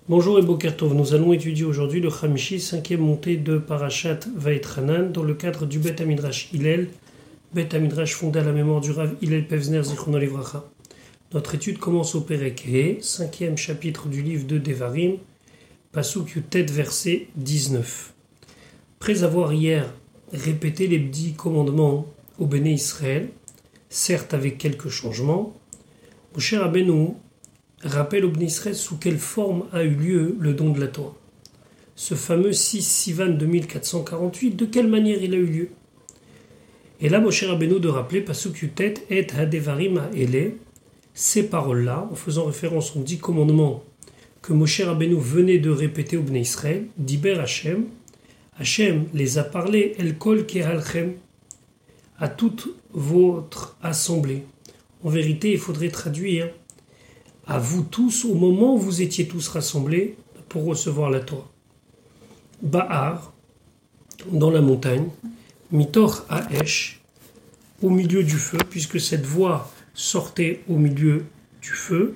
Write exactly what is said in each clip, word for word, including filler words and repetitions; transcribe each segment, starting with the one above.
Bonjour et Boker Tov, nous allons étudier aujourd'hui le Chamishi, cinquième montée de Parashat Vaetranan, dans le cadre du Bet Hamidrash Hillel, Bet Hamidrash fondé à la mémoire du Rav Hillel Pevzner Zichrono Livracha. Notre étude commence au Perek He, cinquième chapitre du livre de Devarim, Pasuk Yutet, verset dix-neuf. Après avoir hier répété les dix commandements au Béné Israël, certes avec quelques changements, Moshe Rabbeinu rappelle au Béné Israël sous quelle forme a eu lieu le don de la Torah. Ce fameux six Sivan deux mille quatre cent quarante-huit, de quelle manière il a eu lieu? Et là, Moshe Rabbeinu de rappeler Pasuk Yutet et Hadevarim Ha'ele, ces paroles-là, en faisant référence aux dix commandements que Moshe Rabbeinu venait de répéter au Béné Israël, Diber Hashem, Hashem les a parlé, El Kol Kehalchem, à toute votre assemblée. En vérité, il faudrait traduire à vous tous au moment où vous étiez tous rassemblés pour recevoir la Torah. Ba'ar, dans la montagne, Mitor Ha'esh, au milieu du feu, puisque cette voix sortait au milieu du feu,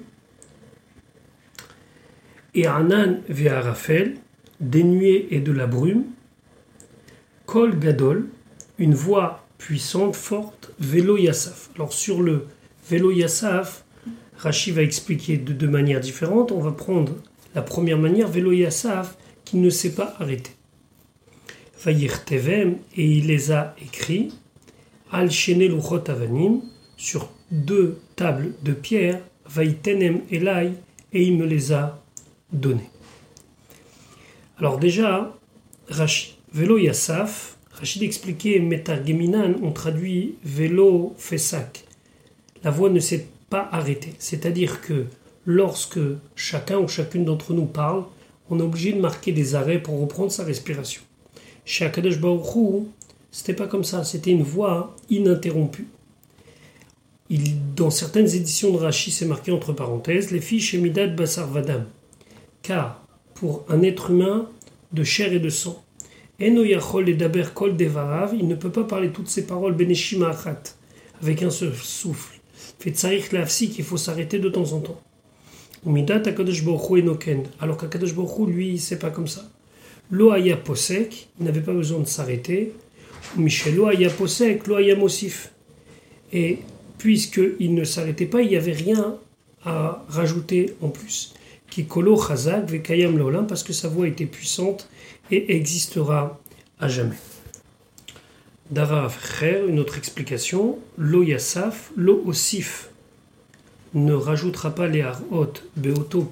et Anan ve'arafel, des nuées et de la brume, Kol Gadol, une voix puissante, forte, Velo Yassaf. Alors sur le Velo Yassaf, Rashi va expliquer de deux manières différentes. On va prendre la première manière, Velo Yassaf, qui ne s'est pas arrêté. Vayirtevem, et il les a écrits, Al Shene Luchot Avanim, sur deux tables de pierre, Vayitenem Elai, et il me les a donnés. Alors déjà, Rashi, Velo Yassaf, Rashi d'expliquer Metargeminan, on traduit Velo Fesak. La voix ne s'est pas arrêter. C'est-à-dire que lorsque chacun ou chacune d'entre nous parle, on est obligé de marquer des arrêts pour reprendre sa respiration. Chez Akadosh Baruch Hu, c'était pas comme ça, c'était une voix ininterrompue. Il, dans certaines éditions de Rashi, c'est marqué entre parenthèses, les fiches Shemidad Basar Vadam. Car pour un être humain de chair et de sang, Eno Yachol Edaber Kol Devarav, il ne peut pas parler toutes ces paroles Beneshima Achat, avec un seul souffle. Fait tsarich lafsi qu'il faut s'arrêter de temps en temps. Umidat akadosh baruch hu enoken. Alors qu'akadosh baruch hu, lui, c'est pas comme ça. Lo haya posek, il n'avait pas besoin de s'arrêter. Michel lo haya posek, lo haya mosif. Et puisqu'il ne s'arrêtait pas, il n'y avait rien à rajouter en plus. Ki kolo chazak vekayam leolam, parce que sa voix était puissante et existera à jamais. Dava Frère, une autre explication, Lo Yassaf, Lo Osif, ne rajoutera pas les Harot, Beoto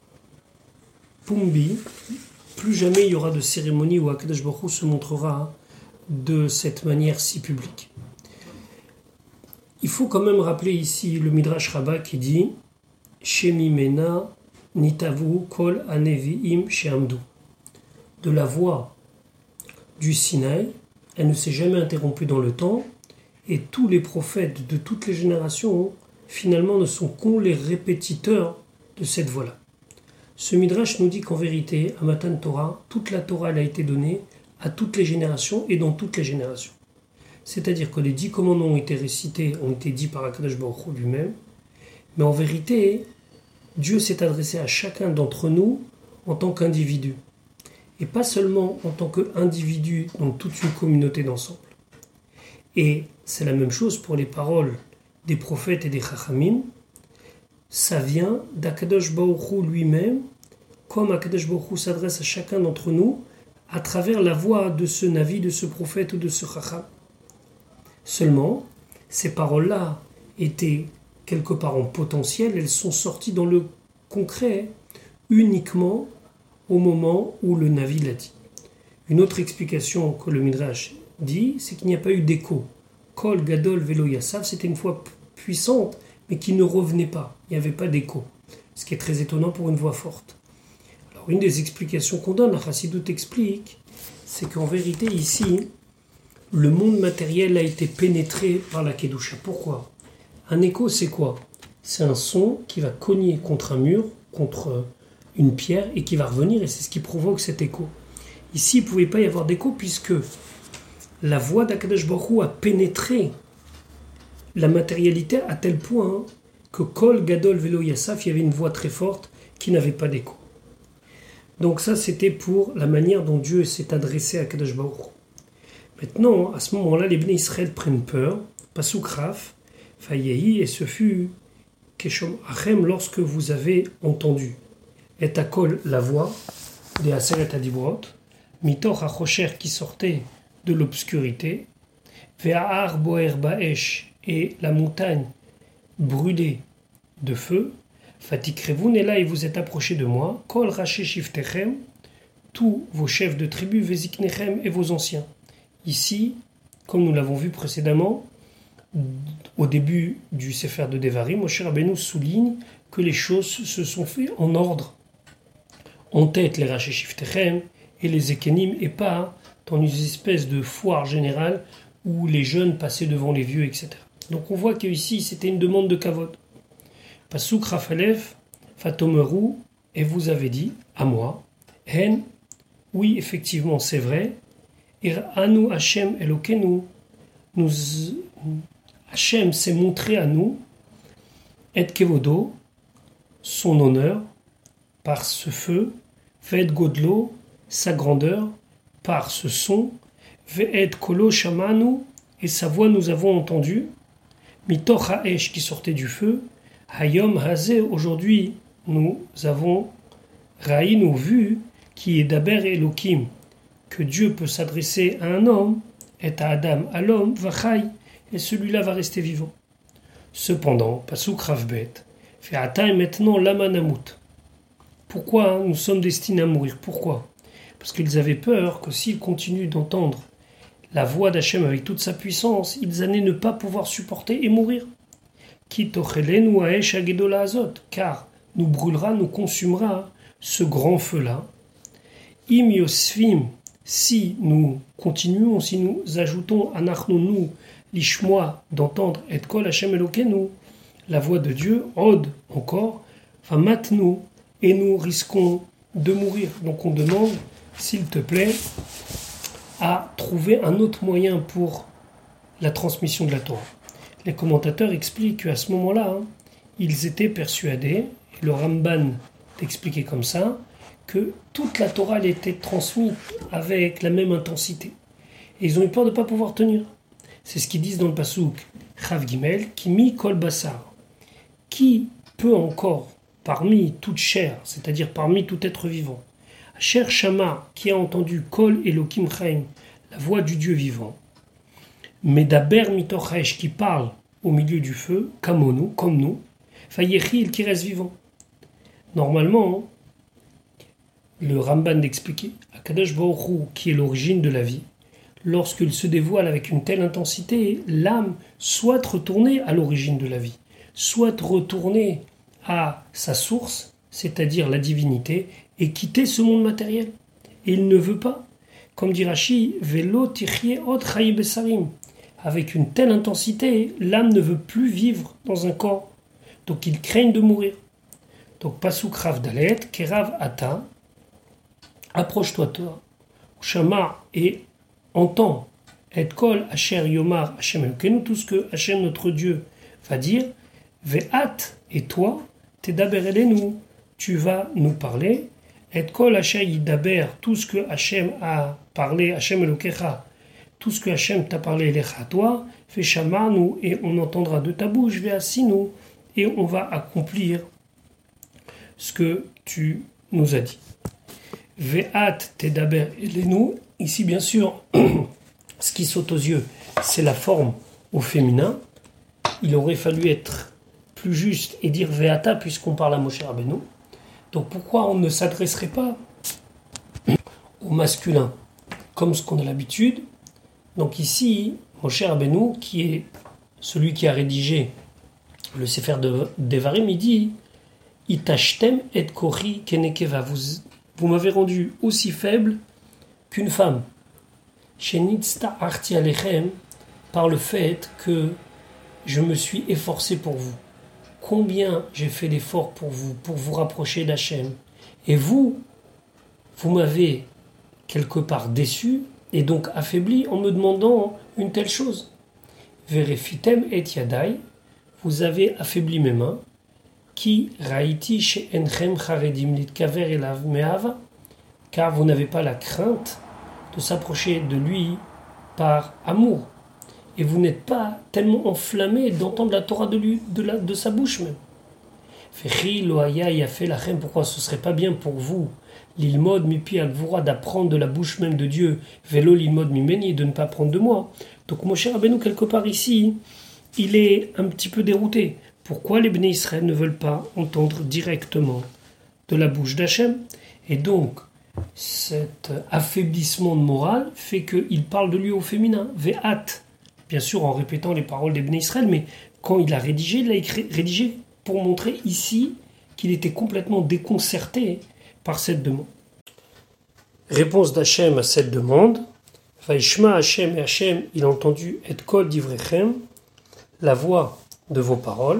Pumbi, plus jamais il y aura de cérémonie où Akadosh Baruch Hu se montrera de cette manière si publique. Il faut quand même rappeler ici le Midrash Rabbah qui dit Shemi Mena Nitavu Kol Aneviim Sheamdu, de la voix du Sinaï. Elle ne s'est jamais interrompue dans le temps, et tous les prophètes de toutes les générations, finalement, ne sont qu'ont les répétiteurs de cette voix-là. Ce Midrash nous dit qu'en vérité, à Matan Torah, toute la Torah elle a été donnée à toutes les générations et dans toutes les générations. C'est-à-dire que les dix commandements ont été récités, ont été dits par Akadosh Baruch Hu lui-même, mais en vérité, Dieu s'est adressé à chacun d'entre nous en tant qu'individu. Et pas seulement en tant qu'individu, donc toute une communauté d'ensemble. Et c'est la même chose pour les paroles des prophètes et des chachamim. Ça vient d'Akadosh Baruch Hu lui-même, comme Akadosh Baruch Hu s'adresse à chacun d'entre nous, à travers la voix de ce navi, de ce prophète ou de ce chacham. Seulement, ces paroles-là étaient quelque part en potentiel, elles sont sorties dans le concret uniquement au moment où le Navi l'a dit. Une autre explication que le Midrash dit, c'est qu'il n'y a pas eu d'écho. Kol Gadol Velo Yassaf, c'était une voix puissante, mais qui ne revenait pas. Il n'y avait pas d'écho. Ce qui est très étonnant pour une voix forte. Alors, une des explications qu'on donne, la Chassidut explique, c'est qu'en vérité, ici, le monde matériel a été pénétré par la Kedusha. Pourquoi? Un écho, c'est quoi? C'est un son qui va cogner contre un mur, contre une pierre, et qui va revenir, et c'est ce qui provoque cet écho. Ici, il ne pouvait pas y avoir d'écho, puisque la voix d'Akadosh Baruch Hu a pénétré la matérialité à tel point que Kol Gadol Velo Yassaf, il y avait une voix très forte qui n'avait pas d'écho. Donc ça, c'était pour la manière dont Dieu s'est adressé à Kadosh Baruch Hu. Maintenant, à ce moment-là, les Bnei Israël prennent peur, Pasuk Raf, Fayehi, et ce fut Keshom Achem lorsque vous avez entendu et Akol, la voix des Aseret Adibrot, Mitoch Achocher qui sortait de l'obscurité, Ve'ahar Boer Baesh, et la montagne brûlée de feu, Fatikrevun, et là, et vous êtes approchés de moi, Kol Raché Shiftechem, tous vos chefs de tribu, Veziknechem, et vos anciens. Ici, comme nous l'avons vu précédemment, au début du Sefer de Devarim, Moshe Rabbeinu souligne que les choses se sont faites en ordre. En tête, les Raché Shiftechem et les Ekenim, et pas dans une espèce de foire générale où les jeunes passaient devant les vieux, et cetera. Donc on voit qu'ici, c'était une demande de kavod. Pasuk Rafalef, Fatomeru, et vous avez dit, à moi, Hen, oui, effectivement, c'est vrai, Anu Hashem Elokenu, nous, Hashem s'est montré à nous, et Kevodo, son honneur, par ce feu, Ve'et Godlo, sa grandeur, par ce son, Ve'et Kolo Shamanu, et sa voix nous avons entendu, Mitoch Ha'esh qui sortait du feu, Hayom Hazeh, aujourd'hui nous avons Raï, nous vu, qui est Daber Elohim, que Dieu peut s'adresser à un homme, et à Adam, à l'homme, Vachai, et celui-là va rester vivant. Cependant, Pasuk Ravbet, fait Ata et maintenant Lamanamut. Pourquoi nous sommes destinés à mourir? Pourquoi? Parce qu'ils avaient peur que s'ils continuent d'entendre la voix d'Hachem avec toute sa puissance, ils allaient ne pas pouvoir supporter et mourir. Car nous brûlera, nous consumera ce grand feu-là. Im Yosfim, si nous continuons, si nous ajoutons Anachnu, l'ishmoa, d'entendre et kol Hachem Elokenu, la voix de Dieu, od encore, va matnu, et nous risquons de mourir. Donc on demande, s'il te plaît, à trouver un autre moyen pour la transmission de la Torah. Les commentateurs expliquent qu'à ce moment-là, hein, ils étaient persuadés, et le Ramban l'expliquait comme ça, que toute la Torah elle était transmise avec la même intensité. Et ils ont eu peur de ne pas pouvoir tenir. C'est ce qu'ils disent dans le Pasuk, Chav Gimel, qui mi kol basar. Qui peut encore, parmi toute chair, c'est-à-dire parmi tout être vivant, Cher Shama, qui a entendu Kol Elohim Chaim, la voix du Dieu vivant, Medaber Mitochesh, qui parle au milieu du feu, Kamonu, comme nous, Fayechil, qui reste vivant. Normalement, le Ramban d'expliquer, Akadosh Baruch Hu, qui est l'origine de la vie, lorsqu'il se dévoile avec une telle intensité, l'âme soit retournée à l'origine de la vie, soit retournée à sa source, c'est-à-dire la divinité, et quitter ce monde matériel. Et il ne veut pas. Comme dit Rashi, Velo tichye ot chayi besarim. Avec une telle intensité, l'âme ne veut plus vivre dans un corps. Donc il craigne de mourir. Donc Pasuk Rav Dalet, Kerav Ata, approche-toi toi, Shama, et entends, et kol Asher Yomar Hashem Elokenu, tout ce que Hashem notre Dieu va dire, Ve'at, et toi, Tedaber Elenu, tu vas nous parler, et kol Asher Yidaber, tout ce que Hashem a parlé, Hashem Elokecha, tout ce que Hashem t'a parlé, Elecha, toi, fais Shamanu, et on entendra de ta bouche, Ve'asinu, et on va accomplir ce que tu nous as dit. Ve'at Tedaber Elenu, ici bien sûr, ce qui saute aux yeux, c'est la forme au féminin. Il aurait fallu être plus juste et dire Ve'ata, puisqu'on parle à Moshe Rabbeinu. Donc pourquoi on ne s'adresserait pas au masculin comme ce qu'on a l'habitude? Donc ici, Moshe Rabbeinu, qui est celui qui a rédigé le Sefer de Devarim, il dit Itashtem et kori kenekeva, vous, vous m'avez rendu aussi faible qu'une femme. Shenitzta arti alechem, par le fait que je me suis efforcé pour vous. Combien j'ai fait d'efforts pour vous, pour vous rapprocher d'Hachem. Et vous, vous m'avez quelque part déçu et donc affaibli en me demandant une telle chose. Verefitem et yadai, vous avez affaibli mes mains. Ki raiti she'enchem charedim litkaver elav me'ava, car vous n'avez pas la crainte de s'approcher de lui par amour. Et vous n'êtes pas tellement enflammé d'entendre la Torah de, lui, de, la, de sa bouche même. Fechi loaya yafé lachem, pourquoi ce serait pas bien pour vous, l'ilmod mipi agvura, d'apprendre de la bouche même de Dieu, vélo l'ilmod mimeni, de ne pas apprendre de moi. Donc Moshe Rabbeinu, quelque part ici, il est un petit peu dérouté. Pourquoi les Bnei Israël ne veulent pas entendre directement de la bouche d'Hachem? Et donc, cet affaiblissement de morale fait qu'il parle de lui au féminin, ve'at, bien sûr en répétant les paroles des Bnei Israël, mais quand il a rédigé, il l'a écrit, rédigé pour montrer ici qu'il était complètement déconcerté par cette demande. Réponse d'Hachem à cette demande, Vaishma Hachem, et Hachem, il a entendu et kol divrechem, la voix de vos paroles,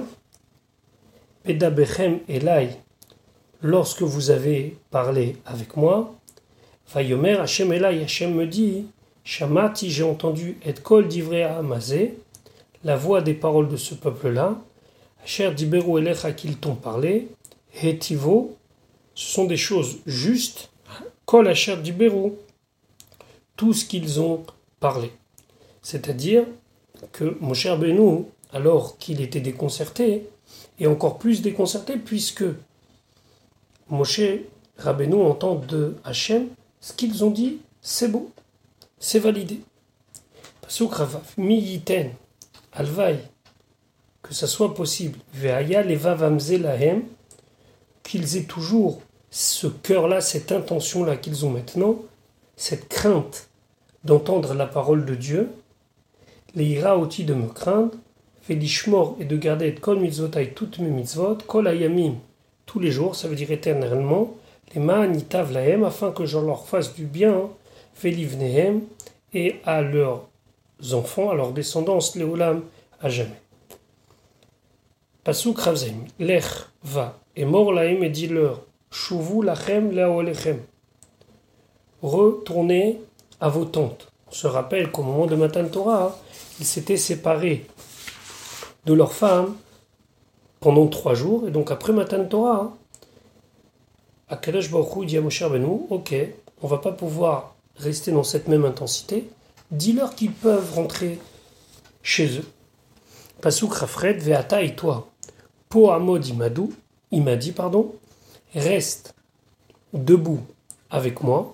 Pedabechem elai, lorsque vous avez parlé avec moi, Vayomer Hachem elai, Hachem me dit, Shamati, j'ai entendu et kol divrei Hamazé, la voix des paroles de ce peuple-là, Asher diberu elecha, qu'ils t'ont parlé, Hetivo, ce sont des choses justes, kol asher diberu, tout ce qu'ils ont parlé. C'est-à-dire que Moshe Rabbeinu, alors qu'il était déconcerté, est encore plus déconcerté puisque Moshe Rabbeinu entend de Hachem ce qu'ils ont dit, c'est beau, c'est validé. Pasuk Ravav, mi yiten, alvaï, que ça soit possible, ve'aya levav amze lahem, qu'ils aient toujours ce cœur-là, cette intention-là qu'ils ont maintenant, cette crainte d'entendre la parole de Dieu, les ira oti de me craindre, Félishmor et de garder et kol mitzvotai, toutes mes mitzvot, kol ayamim, tous les jours, ça veut dire éternellement, les ma'anitav lahem, afin que je leur fasse du bien, Félivnehem, et à leurs enfants, à leur descendance, Léolam, à jamais. Pasuk Ravzem, lech va, et mort lahem, et dis-leur, shuvu lachem leolechem, retournez à vos tentes. On se rappelle qu'au moment de Matan Torah, ils s'étaient séparés de leurs femmes pendant trois jours, et donc après Matan Torah, Akadosh Baruch Hu dit à Moshe Rabbeinu, ok, on va pas pouvoir rester dans cette même intensité, dis-leur qu'ils peuvent rentrer chez eux. Pasuk Rafred, Veata et toi, Po Amod Imadou, il m'a dit, pardon, reste debout avec moi,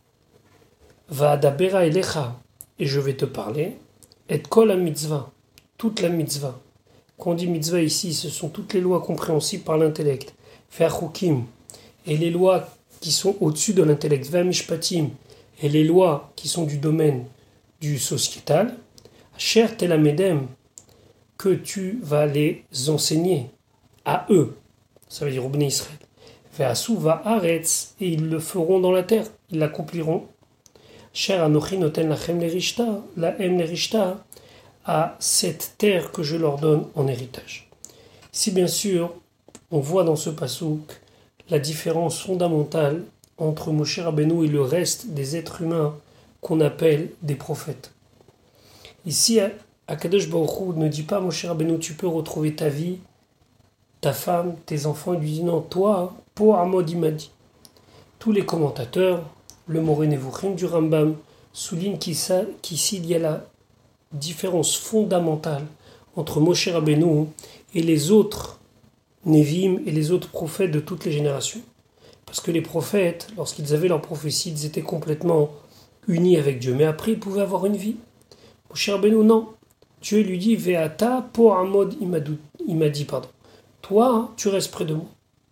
Vaadabera Elecha, et je vais te parler, et kol la mitzvah, toute la mitzvah. Quand on dit mitzvah ici, ce sont toutes les lois compréhensibles par l'intellect. Ve'achukim, et les lois qui sont au-dessus de l'intellect. Ve'amishpatim, et les lois qui sont du domaine du sociétal. Asher telamedem, que tu vas les enseigner à eux, ça veut dire au Bnei Israël. Ve'asu va'aretz, et ils le feront dans la terre, ils l'accompliront. Cher Anochi noten lachem lerishta, la em lerishta, à cette terre que je leur donne en héritage. Si bien sûr, on voit dans ce passouk la différence fondamentale entre Moshe Rabbeinu et le reste des êtres humains qu'on appelle des prophètes. Ici, Akadosh Baruch Hu ne dit pas Moshe Rabbeinu, tu peux retrouver ta vie, ta femme, tes enfants. Il lui dit non, toi, pour Amod Imadi. Tous les commentateurs, le Moré Nevuchim du Rambam, soulignent qu'ici il y a la différence fondamentale entre Moshe Rabbeinu et les autres Nevim et les autres prophètes de toutes les générations. Parce que les prophètes, lorsqu'ils avaient leur prophétie, ils étaient complètement unis avec Dieu. Mais après, ils pouvaient avoir une vie. Moshe Rabbeinu, non. Dieu lui dit, Ve'ata po amod imadi, pardon. Toi, tu restes près de moi.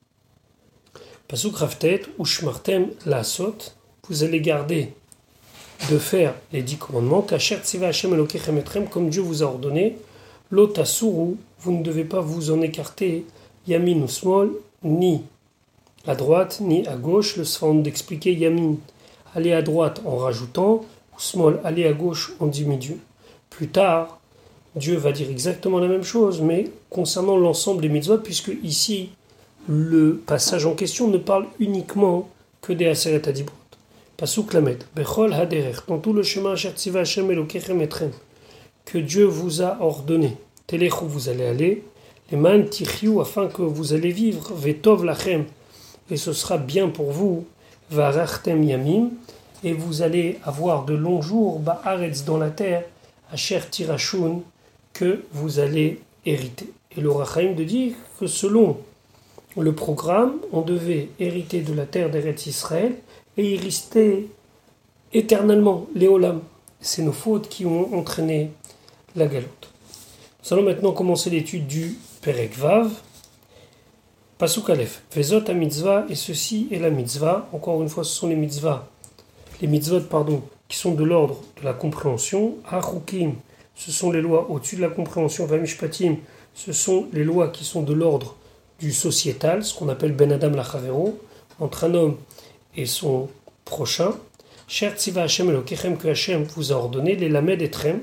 Pasuk Raftet, Ushmartem lasot, vous allez garder de faire les dix commandements, Kasher tsiva Hashem elokechem etrem, comme Dieu vous a ordonné, Lotasuru, vous ne devez pas vous en écarter, Yamin ou Smol, ni à droite, ni à gauche. Le Sfand d'expliquer Yamin, aller à droite en rajoutant, ou Smol, aller à gauche en diminuant. Plus tard, Dieu va dire exactement la même chose, mais concernant l'ensemble des mitzvot, puisque ici, le passage en question ne parle uniquement que des Aseret Adibrot. Pasuk Lamed, Bechol Haderer, dans tout le chemin Asher Tziva Hashem Elokechem Etrem, que Dieu vous a ordonné, Telechou, vous allez aller, les man tichiou, afin que vous allez vivre, Vetov Lachem, et ce sera bien pour vous, Varachtem yamim, et vous allez avoir de longs jours, ba'aretz dans la terre, asher tirashun, que vous allez hériter. Et le Ohr HaChaim de dire que selon le programme, on devait hériter de la terre d'Eretz Israël et y rester éternellement, l'éolam. C'est nos fautes qui ont entraîné la galoute. Nous allons maintenant commencer l'étude du Perek Vav. Pasuk Aleph. Vezot ha-mitzvah, et ceci est la mitzvah. Encore une fois, ce sont les mitzvahs, les mitzvot, pardon, qui sont de l'ordre de la compréhension. Ha-chukim, ce sont les lois au-dessus de la compréhension. Va-mishpatim, ce sont les lois qui sont de l'ordre du sociétal, ce qu'on appelle Ben Adam Lachavero, entre un homme et son prochain. Cher Tziva Hashem Elokechem, que Hashem vous a ordonné, les Lamed Etrem,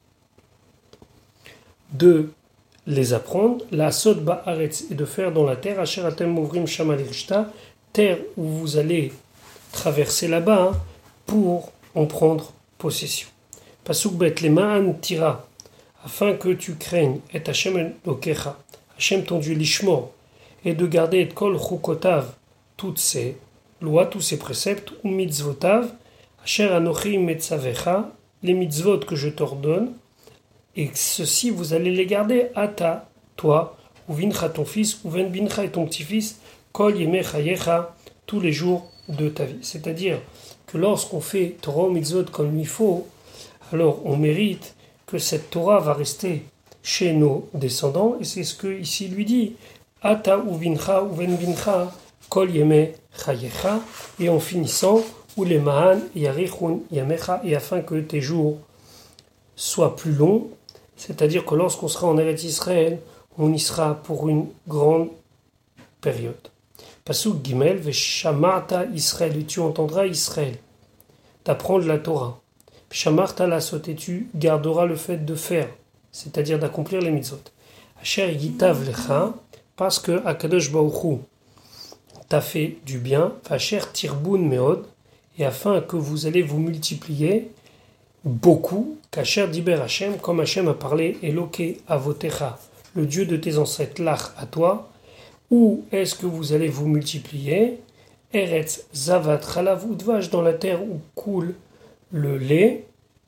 de les apprendre, la Sod Ba'aretz, et de faire dans la terre, Asher Atem Movrim Shama Lirishta, terre où vous allez traverser là-bas, hein, pour en prendre possession. Pasuk Bet, les Ma'an Tira, afin que tu craignes, et Hashem Elokecha, Hashem ton Dieu Lishmor, et de garder et Kol Chukotav, toutes ces lois, tous ces préceptes, ou mitzvotav, Asher Anochi Metzavecha, les mitzvot que je t'ordonne, et ceci vous allez les garder à ta, toi, ou Vincha ton fils, ou Ven Bincha et ton petit-fils, Kol Yemei Chayecha, tous les jours de ta vie. C'est-à-dire que lorsqu'on fait Torah ou mitzvot comme il faut, alors on mérite que cette Torah va rester chez nos descendants, et c'est ce que ici lui dit, Ata ou Vincha ou Ven Bincha, Kol Yemei Chayecha, et en finissant, ou les Mahan Yarichun Yamecha, et afin que tes jours soient plus longs, c'est-à-dire que lorsqu'on sera en Eretz Israël, on y sera pour une grande période. Pasuk Gimel, Veshamarta Israël, et tu entendras Israël, d'apprendre la Torah. Veshamarta Lasot, et tu garderas le fait de faire, c'est-à-dire d'accomplir les mitzvot. Asher Yitav Lecha, parce que Akadosh Baruch Hu t'a fait du bien, Asher Tirbun Meod, et afin que vous allez vous multiplier beaucoup, Kasher Diber Hashem, comme Hashem a parlé, Eloke Avotecha, le Dieu de tes ancêtres, Lach à toi, où est-ce que vous allez vous multiplier? Eretz Zavat Chalav Udvash, dans la terre où coule le lait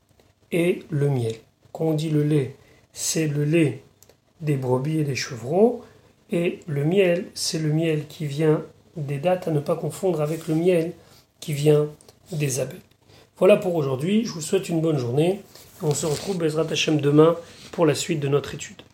et le miel. Quand on dit le lait, c'est le lait des brebis et des chevreaux, et le miel, c'est le miel qui vient des dattes, à ne pas confondre avec le miel qui vient des abeilles. Voilà pour aujourd'hui, je vous souhaite une bonne journée. On se retrouve Bezrat Hashem demain pour la suite de notre étude.